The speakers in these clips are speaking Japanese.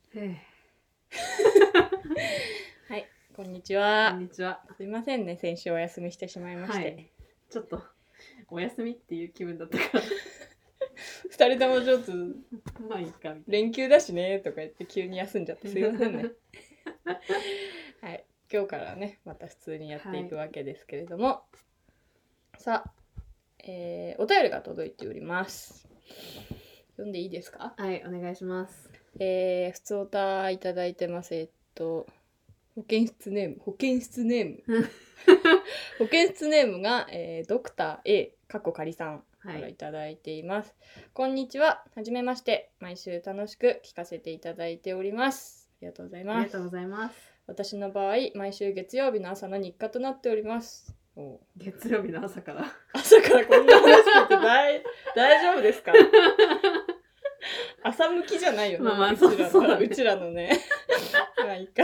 はい、こんにちは。 こんにちは。 すいませんね、先週お休みしてしまいまして。はい、 ちょっとお休みっていう気分だったから二人ともちょっとまあいいかみたいな、 連休だしねとか言って急に休んじゃってすいませんねはい、今日からねまた普通にやっていくわけですけれども、さあ、お便りが届いております。読んでいいですか？ はい、お願いします。 普通おたいただいてます。保健室ネーム保健室ネームが、ドクター A かっこかりさんからいただいています。こんにちは。はじめまして。毎週楽しく聞かせていただいております。ありがとうございます。 ありがとうございます。 私の場合、毎週月曜日の朝の日課となっております。 月曜日の朝から朝からこんな話聞いて大丈夫ですか？朝向きじゃないよね。うちらのね。まあいいか。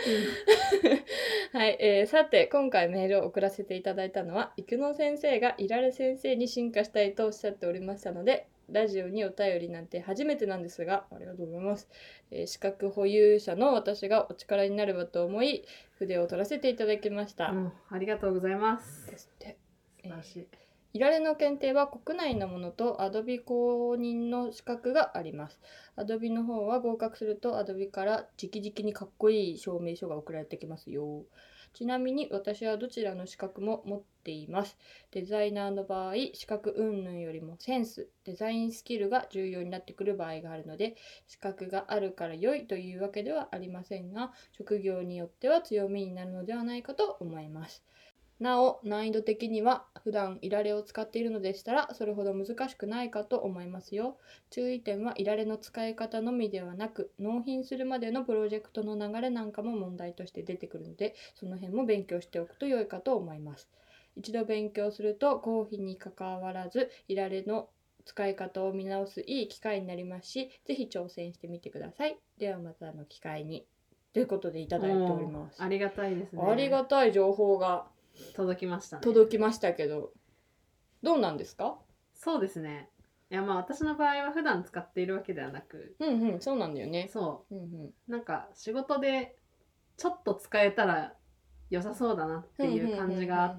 はい、さて今回メールを送らせていただいたのは育野先生がいられ先生に進化したいとおっしゃっておりましたので、ラジオにお便りなんて初めてなんですが、ありがとうございます。資格保有者の私がお力になればと思い筆を取らせていただきました。 ありがとうございます。 ですって。 素晴らしい。 いられの検定は国内のものと Adobe 公認の資格があります。Adobe の方は合格すると Adobe から直々にかっこいい証明書が送られてきますよ。ちなみに私はどちらの資格も持っています。デザイナーの場合、資格云々よりもセンス、デザインスキルが重要になってくる場合があるので、資格があるから良いというわけではありませんが、職業によっては強みになるのではないかと思います。なお、難易度的には普段いられを使っているのでしたらそれほど難しくないかと思いますよ。注意点はいられの使い方のみではなく、納品するまでのプロジェクトの流れなんかも問題として出てくるので、その辺も勉強しておくと良いかと思います。一度勉強すると公費に関わらずいられの使い方を見直すいい機会になりますし、ぜひ挑戦してみてください。ではまたの機会に。ということでいただいております。 ありがたいですね。 ありがたい情報が届きましたね。 届きましたけど、どうなんですか？ そうですね。いやまあ私の場合は普段使っているわけではなく、 そうなんだよね。 そう、なんか仕事でちょっと使えたら良さそうだなっていう感じがあって、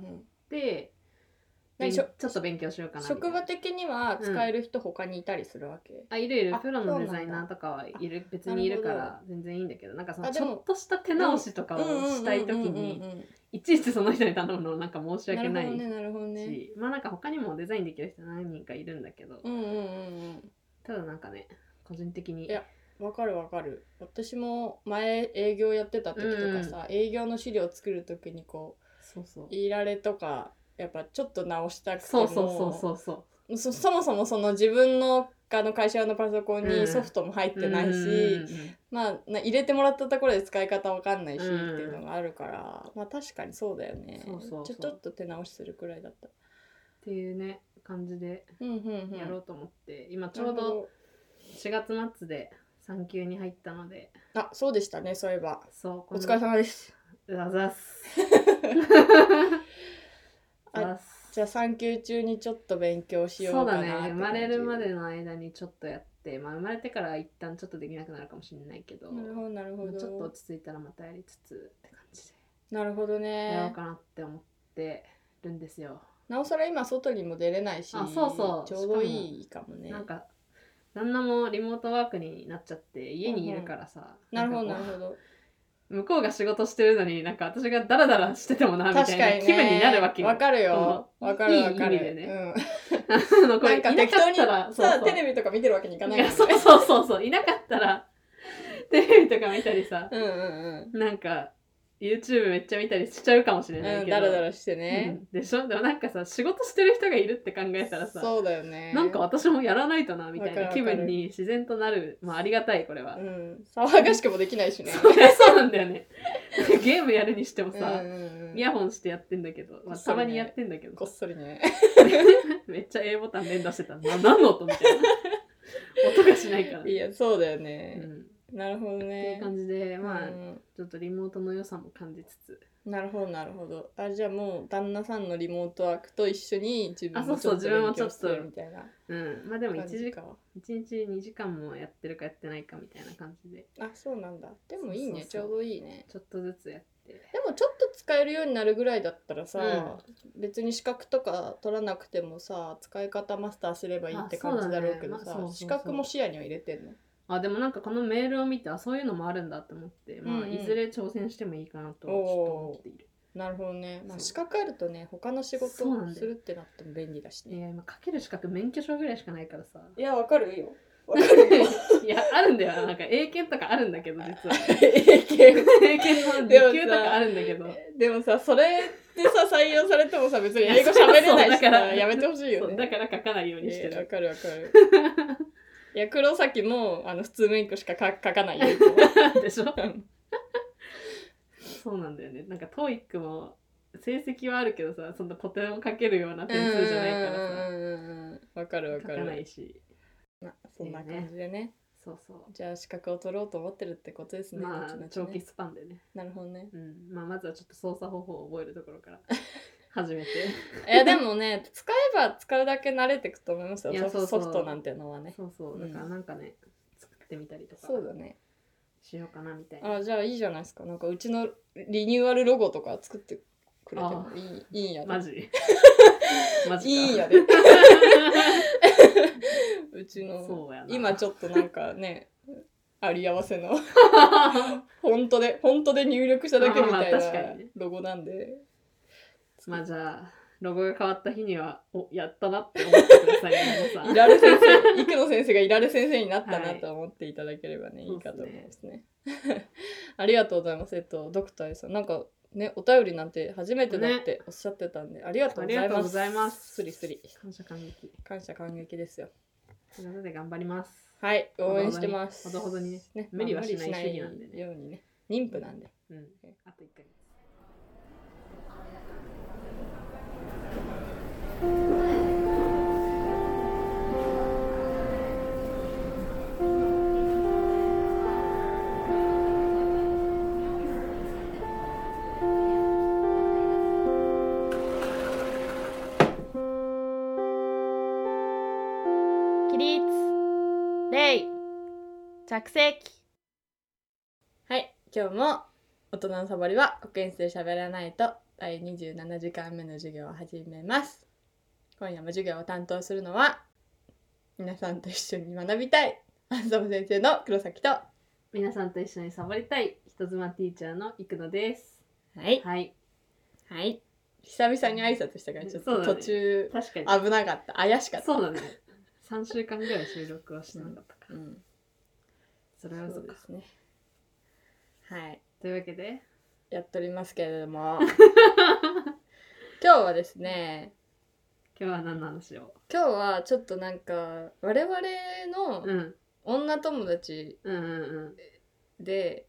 ちょっと勉強しようかなみたいな。 職場的には使える人他にいたりするわけ？ いるプロのデザイナーとかはいる、別にいるから全然いいんだけど、なんかそのちょっとした手直しとかをしたい時にいちいちその人に頼むのなんか申し訳ないし、まあなんか他にもデザインできる人何人かいるんだけど、ただなんかね、個人的に、いやわかる。私も前営業やってた時とかさ、営業の資料作る時にこういられとかやっぱちょっと直したくても、そもそもその自分の会社のパソコンにソフトも入ってないし、まあ入れてもらったところで使い方わかんないしっていうのがあるから、まあ確かにそうだよね。ちょっと手直しするくらいだったっていうね感じでやろうと思って、今ちょうど4月末で産休に入ったので。 そうでしたね。そういえばお疲れ様です。 ざすじゃあ産休中にちょっと勉強しようかなって感じ。 生まれるまでの間にちょっとやって、生まれてから一旦ちょっとできなくなるかもしれないけど、 なるほど、 ちょっと落ち着いたらまたやりつつって感じで。 なるほどね。 やろうかなって思ってるんですよ。 なおさら今外にも出れないし、ちょうどいいかもね。 なんか旦那もリモートワークになっちゃって家にいるからさ、 なるほど。 向こうが仕事してるのになんか私がダラダラしててもなみたいな気分になるわけよ。 わかるよ。わかる。いい意味でね。これ適当にさテレビとか見てるわけにいかないよね。 そういなかったらテレビとか見たりさ、なんか YouTube めっちゃ見たりしちゃうかもしれないけど、 ダラダラしてね、 でしょ。でもなんかさ、仕事してる人がいるって考えたらさ、 そうだよね、 なんか私もやらないとなみたいな気分に自然となる。まあありがたいこれは、 騒がしくもできないしね。 そうなんだよね。ゲームやるにしてもさ、イヤホンしてやってんだけど、たまにやってんだけど、 こっそりねめっちゃ A ボタン連打してた。何の音みたいな音がしないから。 いやそうだよね、 なるほどね。 っていう感じでまあ、ちょっとリモートの良さも感じつつ。 なるほどなるほど。あ、じゃあもう旦那さんのリモートワークと一緒に自分もちょっと勉強するみたいな。 まあでも1日2時間もやってるかやってないかみたいな感じで。 あ、そうなんだ。でもいいね、ちょうどいいね。 ちょっとずつやって。 でもちょっと使えるようになるぐらいだったらさ、別に資格とか取らなくてもさ、使い方マスターすればいいって感じだろうけどさ、資格も視野には入れてんの？ あ、でもなんかこのメールを見てそういうのもあるんだって思って、まあいずれ挑戦してもいいかなとちょっと思っている。 なるほどね。まあ、資格あるとね、他の仕事をするってなっても便利だしね。 いや、今書ける資格免許証ぐらいしかないからさ。 いや、わかるよ。わかるよ。 いや、あるんだよ。なんか英検とかあるんだけど、実は。 英検の2級とかあるんだけど。 でもさ、それでさ、採用されてもさ、別に英語喋れないしさ、やめてほしいよね。 だから書かないようにしてる。 わかるわかる。いや、黒崎も普通免許しか書かないよ。 でしょそうなんだよね。なんか TOEIC も成績はあるけどさ、そんなとても書けるような点数じゃないからさ。 わかるわかる。 書かないし。 そんな感じでね。 そうそう。 じゃあ資格を取ろうと思ってるってことですね。 まあ長期スパンでね。 なるほどね。 まあまずはちょっと操作方法を覚えるところから始めて。 いやでもね、使えば使うだけ慣れていくと思いますよ。ソフトなんてのはね。 そうそう。だからなんかね、作ってみたりとか。 そうだね。 しようかなみたいな。 あ、じゃあいいじゃないですか。なんかうちのリニューアルロゴとか作ってくれてもいいんやで。 マジいいんやで。うちの今ちょっとなんかね、あり合わせのフォントで入力しただけみたいなロゴなんで。 まあじゃあロゴが変わった日にはやったなって思ってください皆さん。 いられ先生、生野先生がいられ先生になったなと思っていただければね、いいかと思いますね。ありがとうございます。ドクターさん、なんかね、お便りなんて初めてだっておっしゃってたんで、ありがとうございます。スリスリ。 感謝感激。 感謝感激ですよ。 ということで頑張ります。 はい、応援してます。 ほどほどにね。無理はしない主義なんでね。 ようにね。妊婦なんで。 あと1ヶ月。 起立、礼、着席。はい、今日も大人のサボりは保健室で喋らないと第27時間目の授業を始めます。今夜も授業を担当するのは皆さんと一緒に学びたいアンサム先生の黒崎と皆さんと一緒にサボりたい人妻ティーチャーの生野です。 はいはいはい。久々に挨拶したからちょっと途中、 確かに危なかった、怪しかった。 そうだね。3週間ぐらい収録はしてなかったから、それはそうですね。はい、 というわけでやっておりますけれども今日はですね、 今日は何の話を？ 今日はちょっとなんか我々の女友達で、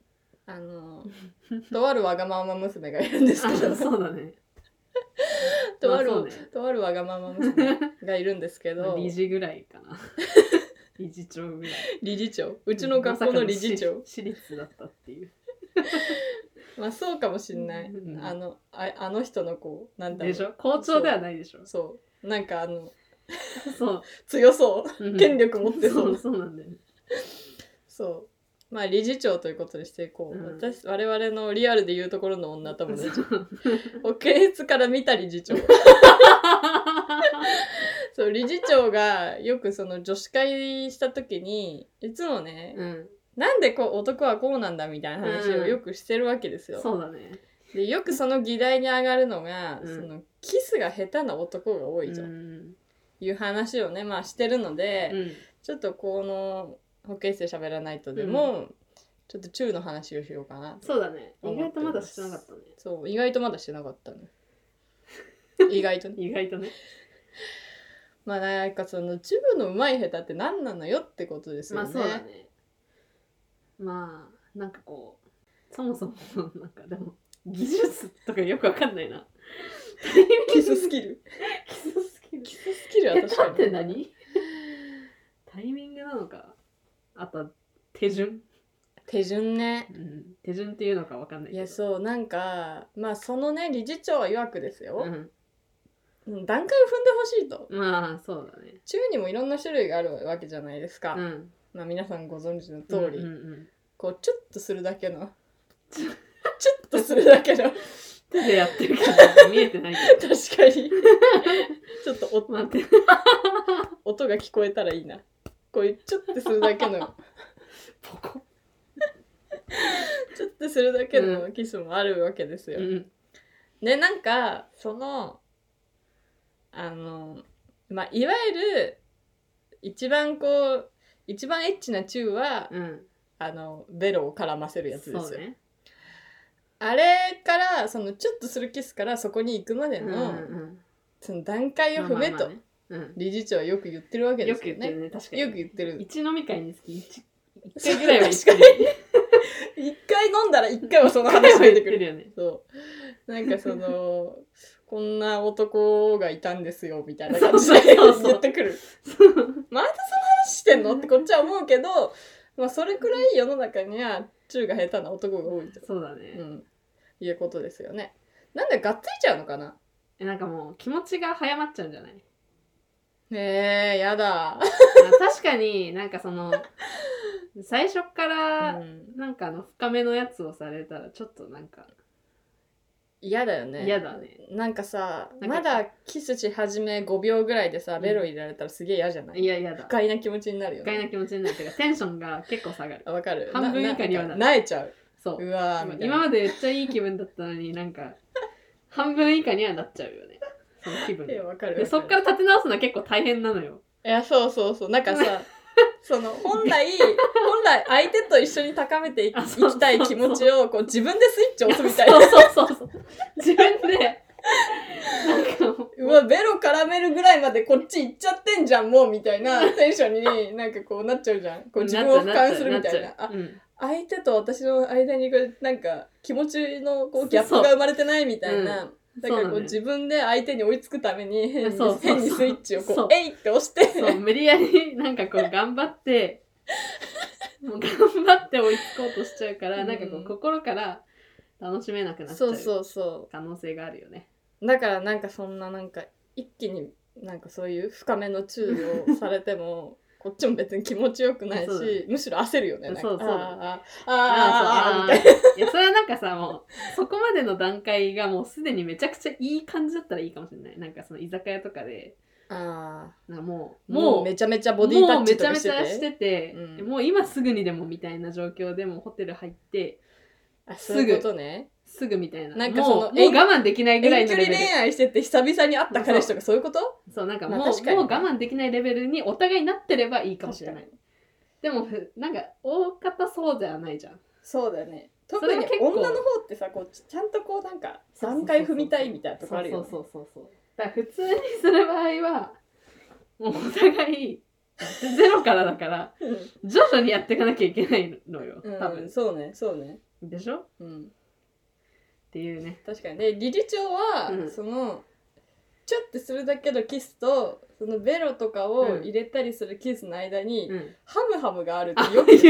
とあるわがまま娘がいるんですけどそうだねとあるわがまま娘がいるんですけど理事ぐらいかな理事長ぐらい。 理事長、うちの学校の理事長、 私立だったっていうまあそうかもしんない。あの人のこうなんだろう。 でしょ、校長ではないでしょ。 そうなんかそう強そう、権力持ってそう。 そうなんだよね。 そうまあ理事長ということにしていこう。我々のリアルで言うところの女友達。保健室から見た理事長。そう理事長がよくその女子会した時にいつもね、なんで男はこうなんだみたいな話をよくしてるわけですよ。 そうだね。 でよくその議題に上がるのが、そのキスが下手な男が多いという話をね、まあしてるので、ちょっとこの保健室で喋らないとでも、ちょっとチューの話をしようかな。 そうだね。意外とまだしてなかったね。 そう意外とまだしてなかったね。意外とね。 意外とね。 まあなんかそのチューの上手い下手って何なのよってことですよね。 まあそうだね。まあなんかこうそもそもなんかでも技術とかよくわかんないな。 キススキルキススキルは確かに。 って何？タイミングなのか、あとは手順手順ね、 手順っていうのか分かんないけど。 いやそうなんかまあそのね理事長曰くですよ、段階を踏んでほしいと。 まあそうだね。 チューにもいろんな種類があるわけじゃないですか、まあ皆さんご存知の通り、こうちょっとするだけのちょっとするだけの手でやってるから見えてないけど確かにちょっと音が聞こえたらいいな。こういうちょっとするだけのポコちょっとするだけのキスもあるわけですよ、でなんかそのまあいわゆる一番エッチなチューは、ベロを絡ませるやつですよ、ね、あれからそのちょっとするキスからそこに行くまでの、その段階を踏めと、理事長はよく言ってるわけですよね。よく言ってるね、確かに。よく言ってる。 一飲み会につき1回ぐらいは言ってる。 1回飲んだら1回はその話が出てくるよね。そう。なんかそのこんな男がいたんですよみたいな感じで言ってくる。またその話してんのってこっちは思うけど、まあそれくらい世の中にはチューが下手な男が多いと。 そうだね。 いうことですよね。なんでがっついちゃうのかな。 なんかもう気持ちが早まっちゃうんじゃない？ やだ。 確かになんかその最初からなんか深めのやつをされたらちょっとなんか嫌だよね。 嫌だね。 なんかさ、まだキスし始め5秒ぐらいでさ、ベロ入れられたらすげえ嫌じゃない？ いや嫌だ。 不快な気持ちになるよね。 不快な気持ちになるっていうかテンションが結構下がる。 わかる。 半分以下にはなる。 なえちゃう。 そう。 うわーみたいな。 今までめっちゃいい気分だったのになんか半分以下にはなっちゃうよね。その気分。 わかる。 でそっから立て直すのは結構大変なのよ。 いやそうそうそう。なんかさその本来相手と一緒に高めていきたい気持ちをこう自分でスイッチ押すみたいな。 そう自分でなんかうわベロ絡めるぐらいまでこっち行っちゃってんじゃんもうみたいなテンションになんかこうなっちゃうじゃん。こう自分を俯瞰するみたいな。相手と私の間になんか気持ちのこうギャップが生まれてないみたいな。だからこう自分で相手に追いつくために変にスイッチをこうえいって押してそう無理やりなんかこう頑張ってもう頑張って追いつこうとしちゃうから、なんかこう心から楽しめなくなっちゃう可能性があるよね。 だからなんかそんななんか一気になんかそういう深めのチューをされてもこっちも別に気持ちよくないし、むしろ焦るよね。 そうみたいな。 いやそれはなんかさもうそこまでの段階がもうすでにめちゃくちゃいい感じだったらいいかもしれない。なんかその居酒屋とかでなんかもうめちゃめちゃボディタッチとかしてて、もうめちゃめちゃしてて、もう今すぐにでもみたいな状況でもホテル入ってそういうことね。 すぐみたいな。 なんかそのもう我慢できないぐらいのレベル。 遠距離恋愛してて久々に会った彼氏とかそういうこと？ そうなんかもう我慢できないレベルにお互いになってればいいかもしれない。でもなんか大方そうではないじゃん。 そうだね。特に女の方ってさこうちゃんとこうなんか3回踏みたいみたいなとこあるよね。 そう。だから普通にする場合はもうお互いゼロからだから徐々にやっていかなきゃいけないのよ。多分。 そうね。 でしょ？っていうね。 確かに。で理事長は、そのちょっとするだけのキスとそのベロとかを入れたりするキスの間に、ハムハムがあるってよく言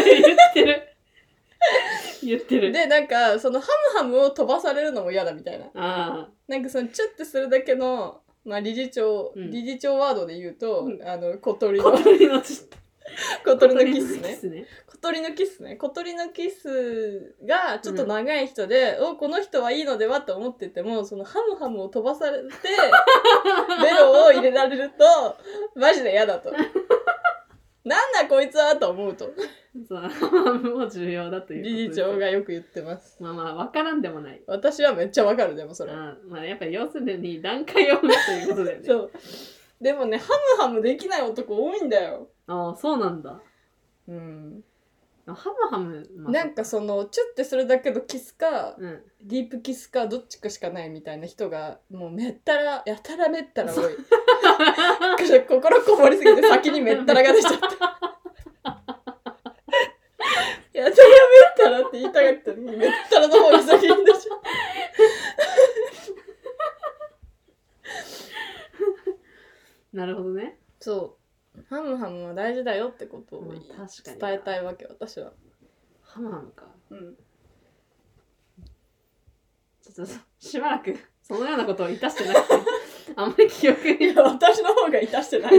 ってるでなんかそのハムハムを飛ばされるのも嫌だみたいな。なんかそのちょっとするだけの、まあ、理事長ワードで言うと、小鳥のキスね。小鳥のキスね。小鳥のキスがちょっと長い人で、この人はいいのではと思ってても、そのハムハムを飛ばされてベロを入れられるとマジで嫌だと。なんだこいつはと思うと。 そうハムハムも重要だということです。 理事長がよく言ってます。 まあ分からんでもない。 私はめっちゃ分かる。でもそれ。 まあやっぱり要するに段階を踏むということだよね。 そう。でもねハムハムできない男多いんだよ。 そうなんだ。ハムハム、 なんかそのちょっとするだけのキスか、ディープキスかどっちかしかないみたいな人がもうやたらめったら多い。心こもりすぎて先にめったらが出ちゃった。やたらめったらって言いたかったのにめったらの方が先に出ちゃった。 なるほどね。 そうハムハムは大事だよってことを伝えたいわけ私は。 ハムハムか。 うん。 ちょっとしばらくそのようなことをいたしてなくてあんまり記憶に。 いや、私の方がいたしてないよ。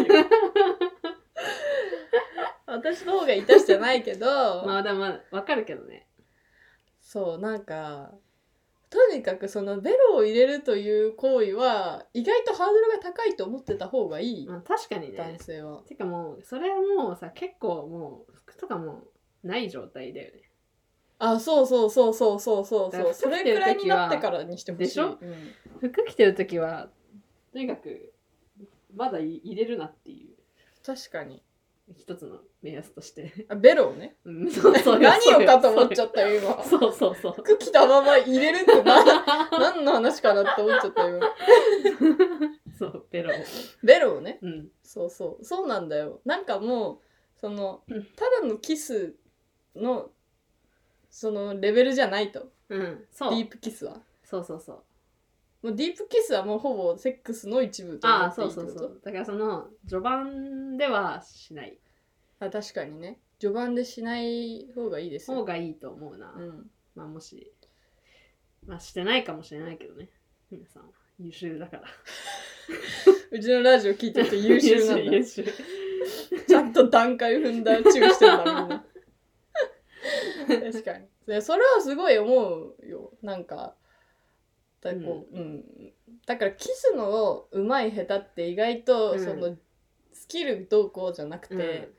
私の方がいたしてないけど。 まあでもわかるけどね。 そう、なんかとにかくそのベロを入れるという行為は意外とハードルが高いと思ってた方がいい。 まあ確かにね。 男性は。 てかもうそれはもうさ結構もう服とかもない状態だよね。 あ、そうそうそうそうそうそうそう。それくらいになってからにしてほしい。 でしょ、服着てるときはとにかくまだ入れるなっていう。 確かに。 一つの目安として。 あ、ベロをね。そう何をかと思っちゃったよ今。 そうそうそう。 服着たまま入れるって何の話かなって思っちゃったよ今。 そう、ベロを。 ベロをね。 うん。 そうそう。そうなんだよ。なんかもうそのただのキスのそのレベルじゃないと。 うん。そう。 ディープキスは。 そうそうそう。 もうディープキスはもうほぼセックスの一部と思っていいってこと。 そうそうそう。だからその序盤ではしない。 あ、確かにね。序盤でしない方がいいですよ。 方がいいと思うな。 うん。 まあもし、まあしてないかもしれないけどね。皆さん優秀だから。 うちのラジオ聞いてると優秀なんだ。 優秀。 ちゃんと段階踏んだチューしてるんだみんな。確かに。それはすごい思うよ。なんか。だからキスの上手い下手って意外とそのスキルどうこうじゃなくて、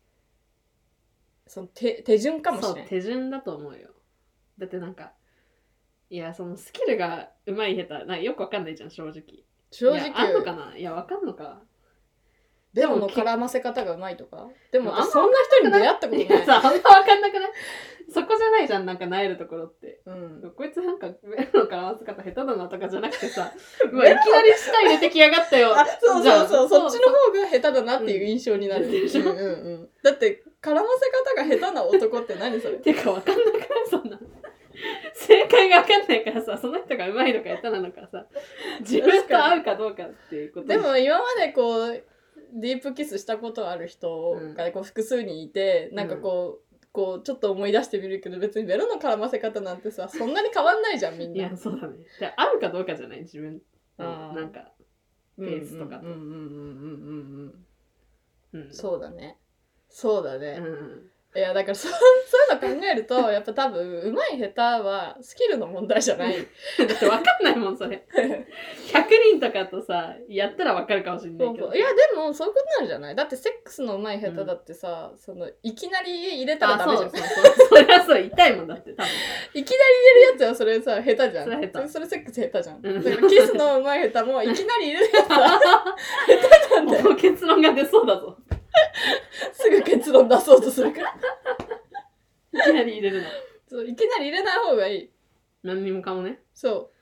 その手順かもしれない。 そう手順だと思うよ。だってなんかいやそのスキルが上手い下手なんかよくわかんないじゃん正直。 正直いやあんのかな。いやわかんのか。 ベロの絡ませ方がうまいとか。でもそんな人に出会ったことない。 いやさあんまわかんなくない。そこじゃないじゃんなんか萎えるところって、こいつなんかベロの絡ませ方下手だなとかじゃなくてさもういきなり舌入れてきやがったよ。 そうそうそう、そっちの方が下手だなっていう印象になる。だって絡ませ方が下手な男って何それ。 てかわかんなくないそんな。正解がわかんないからさその人が上手いのか下手なのかさ自分と合うかどうかっていうこと。 でも今までこうディープキスしたことある人がこう複数にいて、なんかこうちょっと思い出してみるけど別にベロの絡ませ方なんてさそんなに変わんないじゃんみんな。 いやそうだね。じゃあ合うかどうかじゃない自分なんかペースとかと。 そうだね。そうだね。いやだからそういうの考えるとやっぱ多分上手い下手はスキルの問題じゃない。だって分かんないもんそれ。100人とかとさやったら分かるかもしれないけど。 いやでもそういうことなんじゃない。だってセックスの上手い下手だってさ、そのいきなり入れたらダメじゃん。それはそう痛いもんだって多分。 いきなり入れるやつはそれさ下手じゃん。それセックス下手じゃん。だからキスの上手い下手もいきなり入れるやつは下手なんだよ。 もう結論が出そうだぞ。 すぐ結論出そうとするから。 いきなり入れるの。 そういきなり入れない方がいい。 何にもかもね。 そう。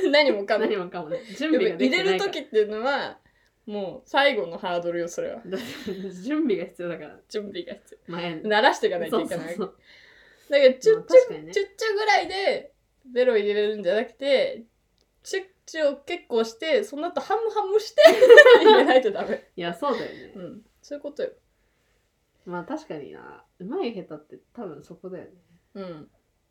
何もかも。 何もかもね。準備ができてないから。 入れる時っていうのはもう最後のハードルよそれは。 準備が必要だから。 準備が必要。 慣らしていかないといけない。だからチュッチュぐらいでベロ入れるんじゃなくてチュッチュを結構してその後ハムハムして入れないとダメ。 いやそうだよね。 そういうことよ。 まあ確かにな。上手い下手って多分そこだよね。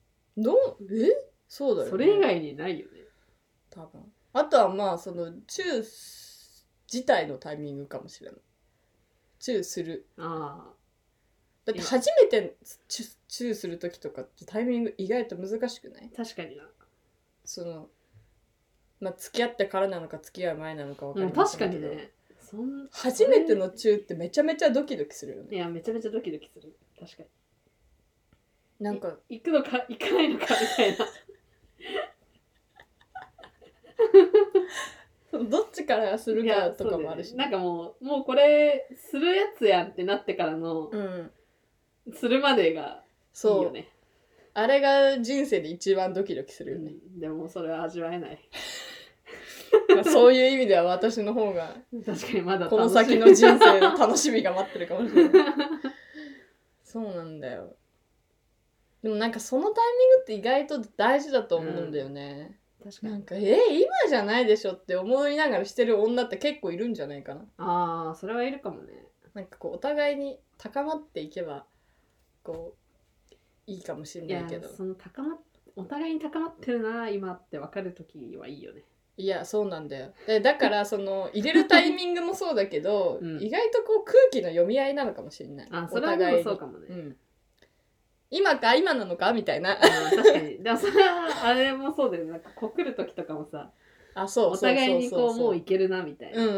そうだよね。 それ以外にないよね。 多分。あとはまあそのチュー自体のタイミングかもしれない。チューする。だって初めてチューする時とかってタイミング意外と難しくない？ 確かにな。 その付き合ってからなのか付き合う前なのか分かりませんけど。確かにね。 初めてのチューってめちゃめちゃドキドキするよね。 いやめちゃめちゃドキドキする。確かに。 なんか行くのか行かないのかみたいな。 どっちからするかとかもあるし、 なんかもうこれするやつやんってなってからの、するまでがいいよね。 あれが人生で一番ドキドキするよね。 でもそれは味わえない。 そういう意味では私の方が確かにまだこの先の人生の楽しみが待ってるかもしれない。そうなんだよ。でもなんかそのタイミングって意外と大事だと思うんだよね。確かに。なんか今じゃないでしょって思いながらしてる女って結構いるんじゃないかな。 それはいるかもね。 なんかこうお互いに高まっていけばこういいかもしれないけど。 そのお互いに高まってるな今って分かるときはいいよね。 いやそうなんだよ。だからその入れるタイミングもそうだけど、意外とこう空気の読み合いなのかもしれない。 それはでもそうかもね。 今なのかみたいな。 確かに。でもそれはあれもそうだよね。なんかこう来る時とかもさ、お互いにこうもういけるなみたいな。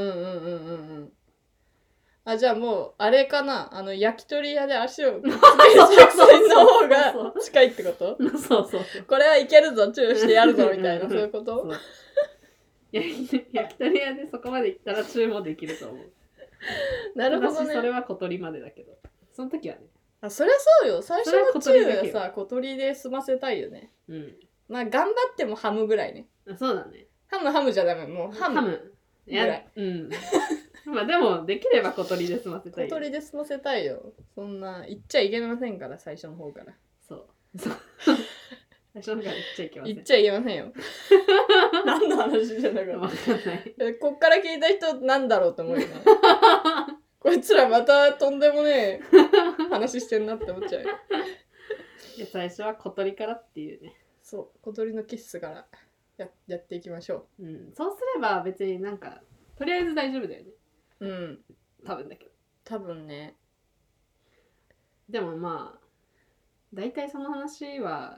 じゃあもうあれかな、焼き鳥屋で足をくっつける作戦の方が近いってこと？ そう。 これはいけるぞ、チューしてやるぞみたいなそういうこと？ 焼き鳥屋でそこまで行ったらチューもできると思う。 なるほどね。 それは小鳥までだけど、その時はね。 そりゃそうよ。最初のチューはさ、小鳥で済ませたいよね。まあ頑張ってもハムぐらいね。 そうだね。 ハムじゃダメ、もうハムぐらい。 まあでもできれば小鳥で済ませたいよ。 小鳥で済ませたいよ。そんな言っちゃいけませんから、最初の方から。 そう最初の方から言っちゃいけません。 言っちゃいけませんよ。何の話じゃなかった。 わかんない。 こっから聞いた人なんだろうって思うよね。こいつらまたとんでもねえ話してんなって思っちゃうよ。 最初は小鳥からっていうね。 そう、小鳥のキッスからやっていきましょう。そうすれば別になんかとりあえず大丈夫だよね。多分だけど。 多分ね。 でもまあ大体その話は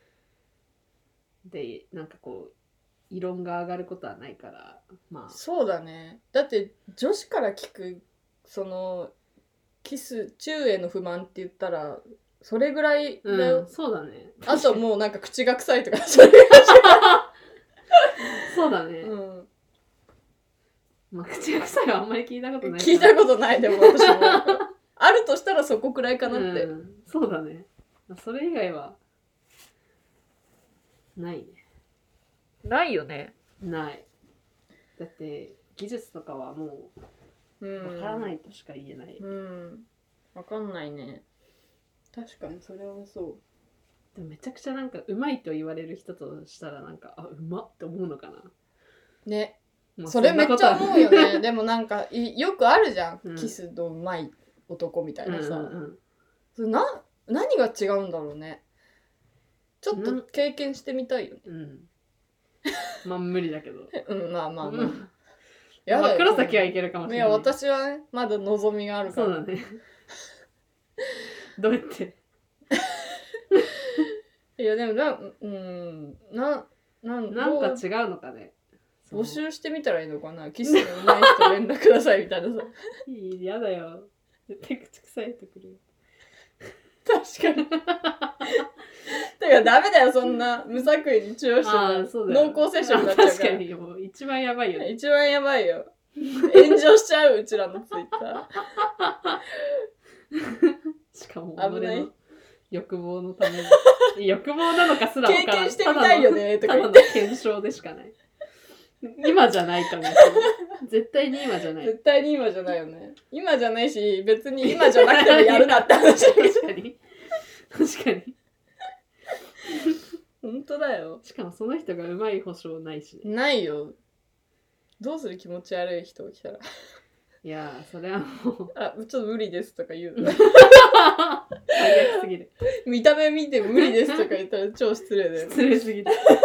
でなんかこう異論が上がることはないから、まあそうだね。だって女子から聞くそのチューへの不満って言ったらそれぐらいだよ。 そうだね。 あともうなんか口が臭いとかそれそうだね。まあ口が臭いはあんまり聞いたことない。 聞いたことないでも私もあるとしたらそこくらいかなって。 そうだね。それ以外はないね。 ないよね。 ない。だって技術とかはもう分からないとしか言えない。 分かんないね。確かにそれはそう。 でもめちゃくちゃなんかうまいと言われる人としたらなんかうまって思うのかな。ね。 それめっちゃ思うよね。でもなんかよくあるじゃん、キスのうまい男みたいなさ、何が違うんだろうね。ちょっと経験してみたいよね。 まあ無理だけど。 まあやだよ。黒崎はいけるかもしれない。 いや私はねまだ望みがあるから。 そうだね。どうやっていやでもなんか違うのかね。 募集してみたらいいのかな。キスのうまい人連絡くださいみたいなさ。 やだよ。絶対口臭い人くるよ。 確かに。だからダメだよそんな無作為にチューしても濃厚接触になっちゃうから。 確かにもう一番やばいよね。 一番やばいよ。炎上しちゃううちらのツイッター。しかも危ない。欲望のために欲望なのかすら経験してみたいよねとか言って。 ただの検証でしかない。今じゃないかもしれない。絶対に今じゃない。 絶対に今じゃないよね。今じゃないし別に今じゃなくてもやるなって話だけど。 確かに確かに本当だよ。 しかもその人がうまい保証ないし、 ね、ないよ。どうする気持ち悪い人が来たら。 いやそれはもうちょっと無理ですとか言うの。 最悪すぎる。 見た目見て無理ですとか言ったら超失礼だよ。 失礼すぎる。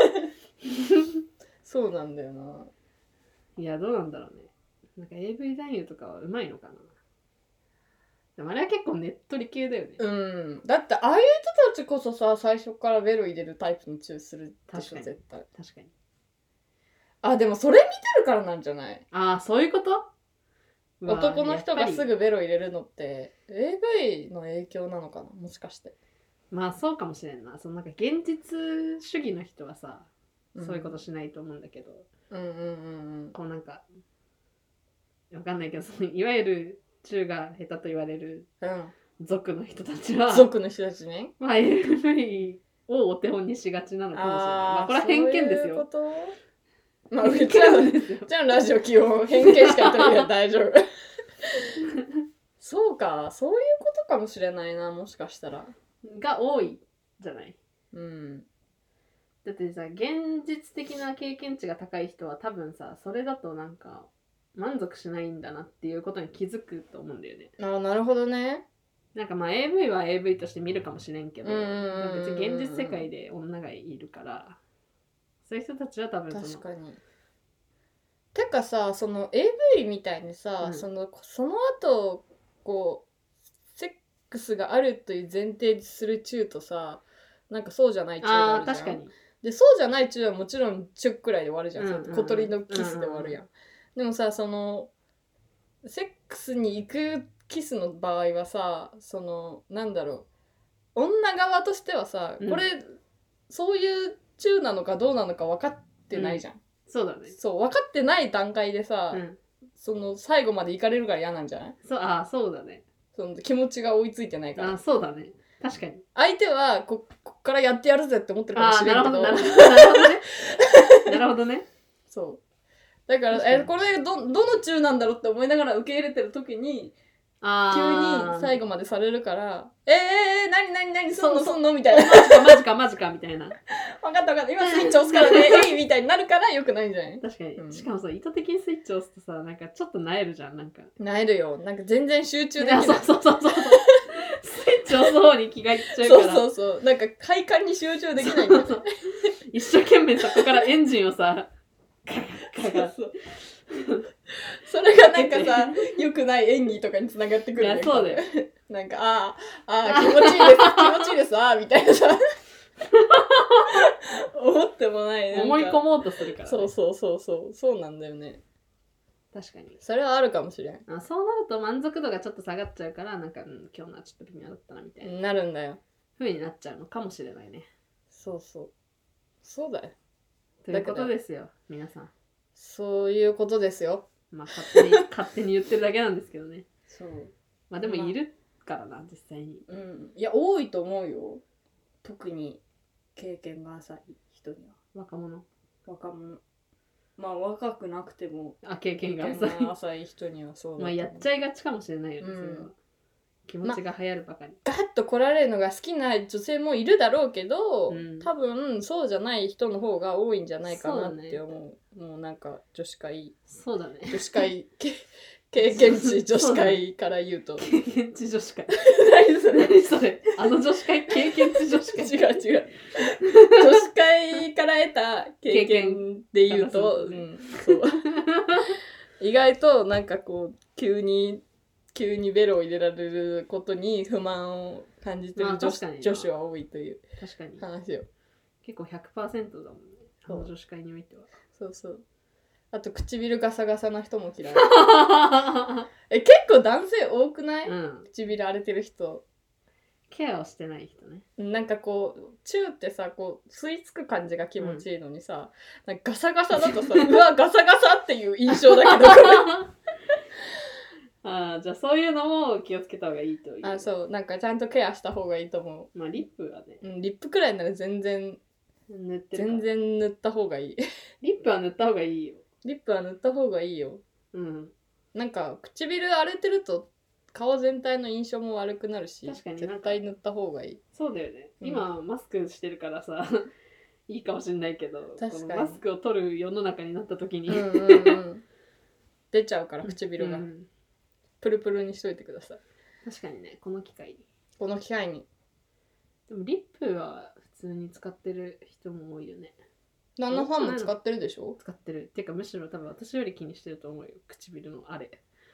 そうなんだよな。 いやどうなんだろうね。なんか AV 男優とかはうまいのかな。でもあれは結構ねっとり系だよね。 だってああいう人たちこそさ最初からベロ入れるタイプのチューするでしょ絶対。 確かに。 でもそれ見てるからなんじゃない？ そういうこと？ 男の人がすぐベロ入れるのって AV の影響なのかなもしかして。 まあそうかもしれんな。そのなんか現実主義の人はさ、そういうことしないと思うんだけど、こうなんかわかんないけど、そのいわゆる中が下手と言われる族の人たちは、 族の人たちね、 まあ AV をお手本にしがちなのかもしれない。まあこれは偏見ですよ。そういうこと？ まあうちらのラジオ基本偏見しか言ってないから大丈夫。そうか、そういうことかもしれないな、もしかしたら。 が多いじゃない。だってさ、現実的な経験値が高い人は多分さ、それだとなんか満足しないんだなっていうことに気づくと思うんだよね。 なるほどね。 なんかまあ AV は AV として見るかもしれんけど、別に現実世界で女がいるからそういう人たちは多分確かに。てかさ、その AV みたいにさ、その後こうセックスがあるという前提するチューとさ、なんかそうじゃないチューがあるじゃん。確かに。でそうじゃないチューはもちろんチュッくらいで終わるじゃん。小鳥のキスで終わるやん。でもさ、そのセックスに行くキスの場合はさ、そのなんだろう、女側としてはさ、これそういうチューなのかどうなのか分かってないじゃん。 そうだね。 そう、分かってない段階でさ、その最後まで行かれるから嫌なんじゃない？ そうだね。 その気持ちが追いついてないから。 そうだね。確かに。 相手はこっからやってやるぜって思ってるかもしれんけど。なるほどね。なるほどね。 そう。だから、これどのチューなんだろうって思いながら受け入れてる時に、急に最後までされるから、何すんのみたいな。 マジかみたいな。 分かった、今スイッチ押すからね、みたいになるからよくないんじゃない？ 確かに。しかもさ、意図的にスイッチ押すとさ、なんかちょっと萎えるじゃん、なんか。 萎えるよ。なんか全然集中できない。 そう。スイッチ押す方に気がいっちゃうから。 そう。なんか快感に集中できないんだよ。 一生懸命そこからエンジンをさ、 それがなんかさ、良くない演技とかにつながってくるんだよ。 そうだよ。 なんか、気持ちいいです、みたいなさ。思ってもない。 思い込もうとするから、 ね。そうなんだよね。 確かに。 それはあるかもしれん。 そうなると満足度がちょっと下がっちゃうから、なんか、今日のはちょっと微妙だったなみたいな。 なるんだよ。 風になっちゃうのかもしれないね。 そうだよ。 ということですよ、皆さん。 そういうことですよ。 まあ勝手に言ってるだけなんですけどね。 そう。 まあでもいるからな、実際に。 いや、多いと思うよ。特に経験が浅い人には。若者。まあ若くなくても経験が浅い人にはそうだと思う。 まあやっちゃいがちかもしれないよね、それは。気持ちが流行るばかり。 ガッと来られるのが好きな女性もいるだろうけど、多分そうじゃない人の方が多いんじゃないかなって思う。もうなんか女子会。 そうだね。 女子会経験値女子会から言うと。 経験値女子会。 何それ。女子会経験値女子会。 違う。女子会から得た経験で言うと、そう。意外となんかこう急にベロを入れられることに不満を感じてる女子は多いという話よ。 結構 100% だもんね。女子会においては。 そう。あと唇ガサガサな人も嫌い。結構男性多くない？唇荒れてる人。 ケアをしてない人ね。 なんかこうチューってさ、こう吸い付く感じが気持ちいいのにさ、なんかガサガサだとさ、うわガサガサっていう印象だけど。 じゃあそういうのも気をつけた方がいいという。 そう、なんかちゃんとケアした方がいいと思う。まあリップはね。 リップくらいなら全然塗った方がいい。 リップは塗った方がいいよ。 リップは塗った方がいいよ。なんか唇荒れてると顔全体の印象も悪くなるし、確かに絶対塗った方がいい。 そうだよね。今マスクしてるからさいいかもしれないけど、このマスクを取る世の中になった時に出ちゃうから唇が。プルプルにしといてください。 確かにね、この機会に。でもリップは普通に使ってる人も多いよね。 何のファンも使ってるでしょ？ 使ってる。っていうかむしろ多分私より気にしてると思うよ、唇のあれ。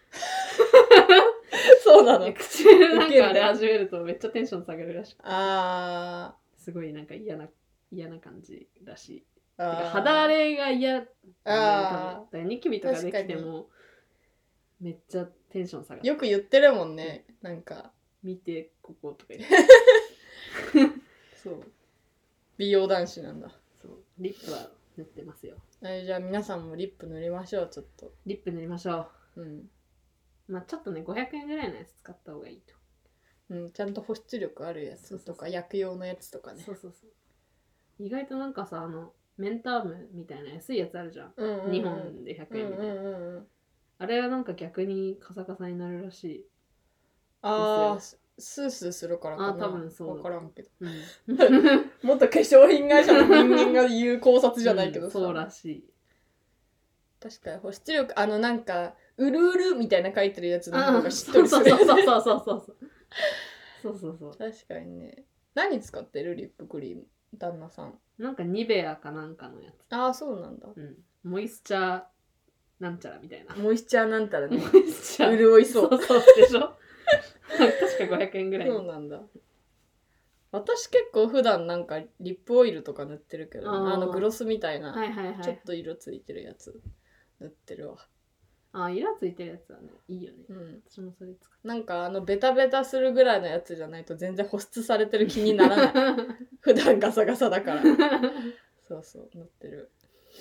そうなの？ 唇なんかあれ始めるとめっちゃテンション下がるらしくて。すごいなんか嫌な感じらしい。肌荒れが嫌だね。ニキビとかできてもめっちゃテンション下がる。 よく言ってるもんね。なんか見てこことか言って。 そう。美容男子なんだ。 そう。リップは塗ってますよ。 じゃあ皆さんもリップ塗りましょう。ちょっとリップ塗りましょう。まあちょっとね500円ぐらいのやつ使った方がいいと。ちゃんと保湿力あるやつとか薬用のやつとかね。 そう。意外となんかさ、メンタームみたいな安いやつあるじゃん。2本で100円みたいな。あれはなんか逆にカサカサになるらしい。 スースーするからかな。 多分そう。 分からんけど。もっと化粧品会社の人間が言う考察じゃないけどさ。 そうらしい。 確かに保湿力、なんかうるうるみたいな書いてるやつの方がしっとりする。 そう。 そうそうそう。 確かにね。何使ってるリップクリーム旦那さん。 なんかニベアかなんかのやつ。 ああそうなんだ。 モイスチャーなんちゃらみたいな。 モイスチャーなんたらね。 モイスチャー潤いそう。 そうでしょ確か500円ぐらい。 そうなんだ。私結構普段なんかリップオイルとか塗ってるけど、グロスみたいな、ちょっと色ついてるやつ塗ってるわ。 色ついてるやつはねいいよね。私もそれ使って。 なんかベタベタするぐらいのやつじゃないと全然保湿されてる気にならない。普段ガサガサだから。そうそう塗ってる。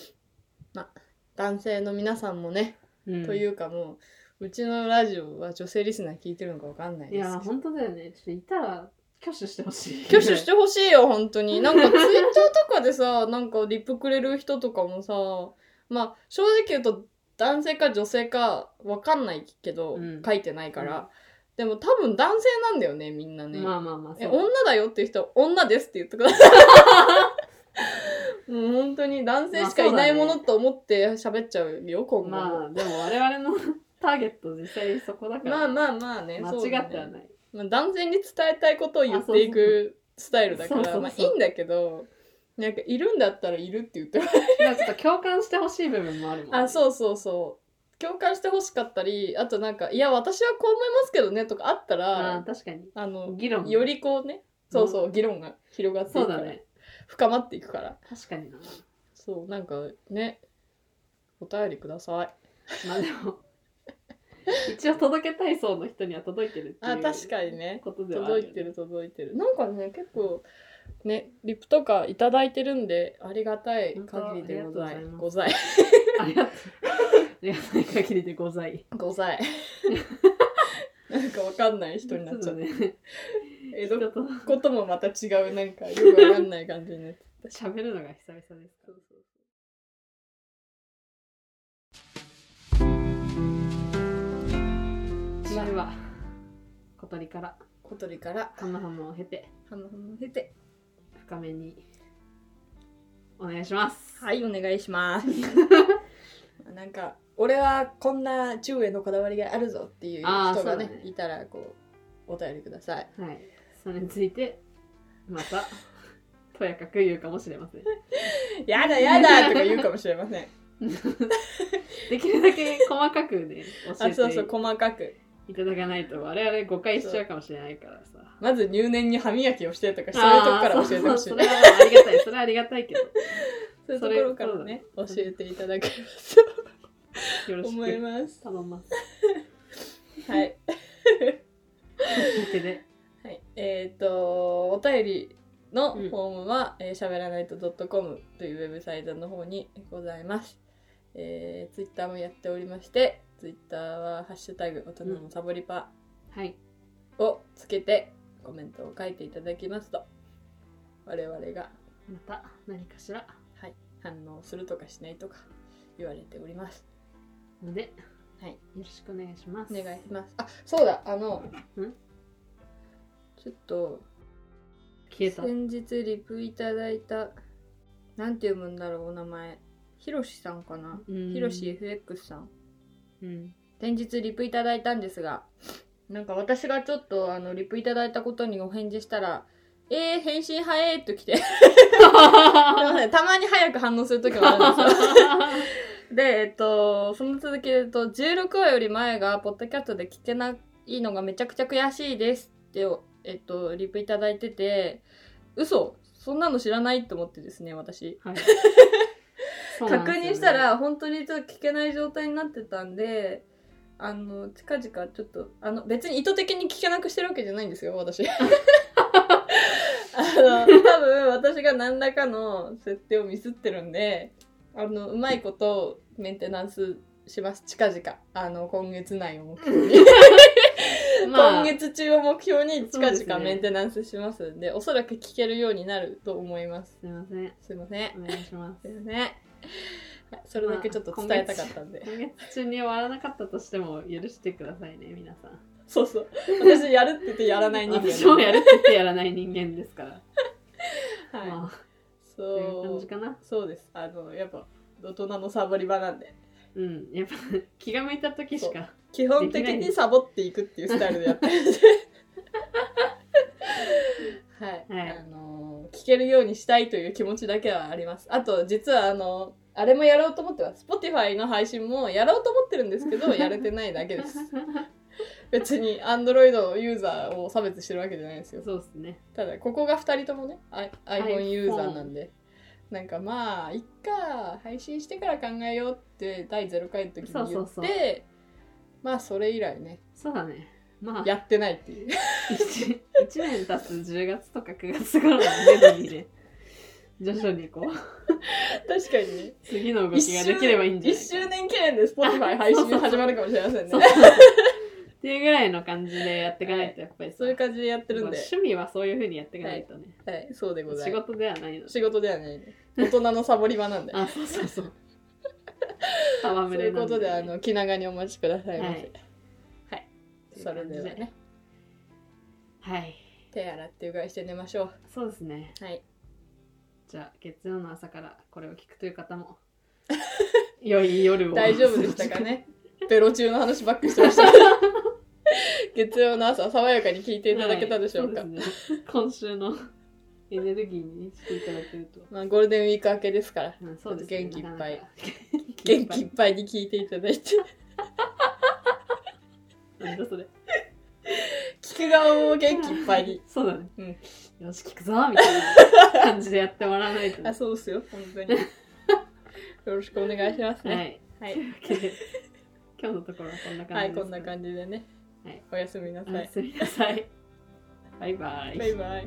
男性の皆さんもね、というかもうちのラジオは女性リスナー聞いてるのかわかんないです。 いや本当だよね。ちょっといたら挙手してほしい。 挙手してほしいよ本当に。なんかツイッターとかでさ、なんかリップくれる人とかもさ、まあ正直言うと男性か女性かわかんないけど、書いてないから。でも多分男性なんだよねみんなね。 まあ女だよっていう人は女ですって言ってください。もう本当に男性しかいないものと思って喋っちゃうよ今後。 まあでも我々のターゲット実際そこだから、 まあね、 間違ってはない。 男性に伝えたいことを言っていくスタイルだからいいんだけど、なんかいるんだったらいるって言ってもらえる。 ちょっと共感してほしい部分もあるもんね。 そう共感してほしかったり、あとなんかいや私はこう思いますけどねとかあったら、 確かに議論よりこうね、議論が広がっていくから、深まっていくから。 確かにな。 そうなんかね、お便りください。 まあでも一応届けたい層の人には届いてるっていう確かにね、 ことではあるよね。 届いてる。なんかね結構ねリップとかいただいてるんでありがたい限りでございありがたい限りでございなんかわかんない人になっちゃってね。 こともまた違うなんかよくわかんない感じになって喋るのが久々です。それは小鳥からハムハムを経て深めにお願いします。 はい、お願いします。なんか俺はこんな中へのこだわりがあるぞっていう人がねいたらこうお便りください。 はい、それについてまたとやかく言うかもしれません。 やだとか言うかもしれません。 できるだけ細かくね教えて細かくいただかないと我々誤解しちゃうかもしれないからさ。 まず入念に歯磨きをしてとかそういうとこから教えてほしい。 それはありがたい。それはありがたいけどそういうところからね教えていただければとよろしく思います。 頼みます。 はい。はい、お便りのフォームは、しゃべらないと .com というウェブサイトの方にございます。ツイッターもやっておりまして、ツイッターはハッシュタグ大人のサボリパをつけてコメントを書いていただきますと、我々がまた何かしら、 反応するとかしないとか言われておりますので、よろしくお願いします。 お願いします。あ、そうだ、ちょっと消えた。 先日リプいただいた、なんて読むんだろうお名前、ひろしさんかな、ひろし FX さん、先日リプいただいたんですが、なんか私がちょっとリプいただいたことにお返事したら返信早いと来てたまに早く反応するときもあるんですよ。で、その続きで言うと、16話より前がポッドキャストで聞けないのがめちゃくちゃ悔しいですってリプいただいてて、嘘、そんなの知らないと思ってですね、私。確認したら、本当にちょっと聞けない状態になってたんで、近々ちょっと、別に意図的に聞けなくしてるわけじゃないんですよ、私。多分、私が何らかの設定をミスってるんで、うまいことメンテナンスします、近々。今月内を目標に。今月中を目標に近々メンテナンスしますんで、おそらく聞けるようになると思います。 すいません。お願いします。 すいません。それだけちょっと伝えたかったんで。 今月中に終わらなかったとしても許してくださいね、皆さん。 そう。私やるって言ってやらない人間。 私もやるって言ってやらない人間ですから。 はい。 そういう感じかな。 そうです。やっぱ大人のサボり場なんで。 やっぱ気が向いた時しか。 基本的にサボっていくっていうスタイルでやってるんで。 はい、 はい、 聞けるようにしたいという気持ちだけはあります。あと実はあれもやろうと思ってます。Spotify の配信もやろうと思ってるんですけどやれてないだけです。別に Android ユーザーを差別してるわけじゃないですよ。 そうですね。 ただここが2人ともね iPhone ユーザーなんで、なんかまあいっか配信してから考えようって第0回の時に言って、そうまあそれ以来ね。 そうだね。まあやってないっていう。 1年経つ10月とか9月頃のめどにね。徐々にこう確かにね次の動きができればいいんじゃないか。 1周年記念で Spotify 配信始まるかもしれませんね。 っていうぐらいの感じでやっていかないと、やっぱりそういう感じでやってるんで、 趣味はそういう風にやっていかないとね。 はい、はい、そうでございます。 仕事ではないの。 仕事ではないね。大人のサボり場なんで。 あ、そうそうそう。 そういうことで気長にお待ちくださいませ。はい。はい、それではね。 はい。 手洗ってうがいして寝ましょう。 そうですね。 はい。 じゃあ月曜の朝からこれを聞くという方も良い夜を。 大丈夫でしたかね。ベロ中の話ばっかりしてました。月曜の朝爽やかに聞いていただけたでしょうか。 はい、そうですね、今週のエネルギーにしていただけると。 まあゴールデンウィーク明けですから、 そうですね、 元気いっぱい元気いっぱいに聞いていただいて。 なんだそれ。 聞く側を元気いっぱいに。 そうだね。 うん。 よし聞くぞみたいな感じでやってもらわないと、ね。 あ、そうですよ本当に。よろしくお願いしますね。はい。はい。 今日のところはこんな感じです、ね。 はい、こんな感じでね。はい。おやすみなさい。 おやすみなさい。バイバイ。 バイバイ。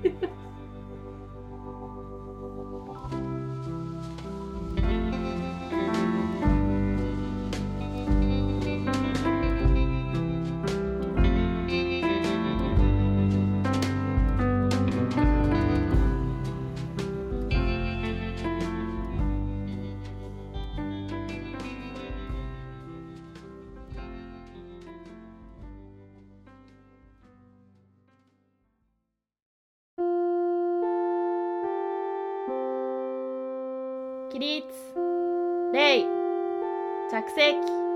起立、礼、着席。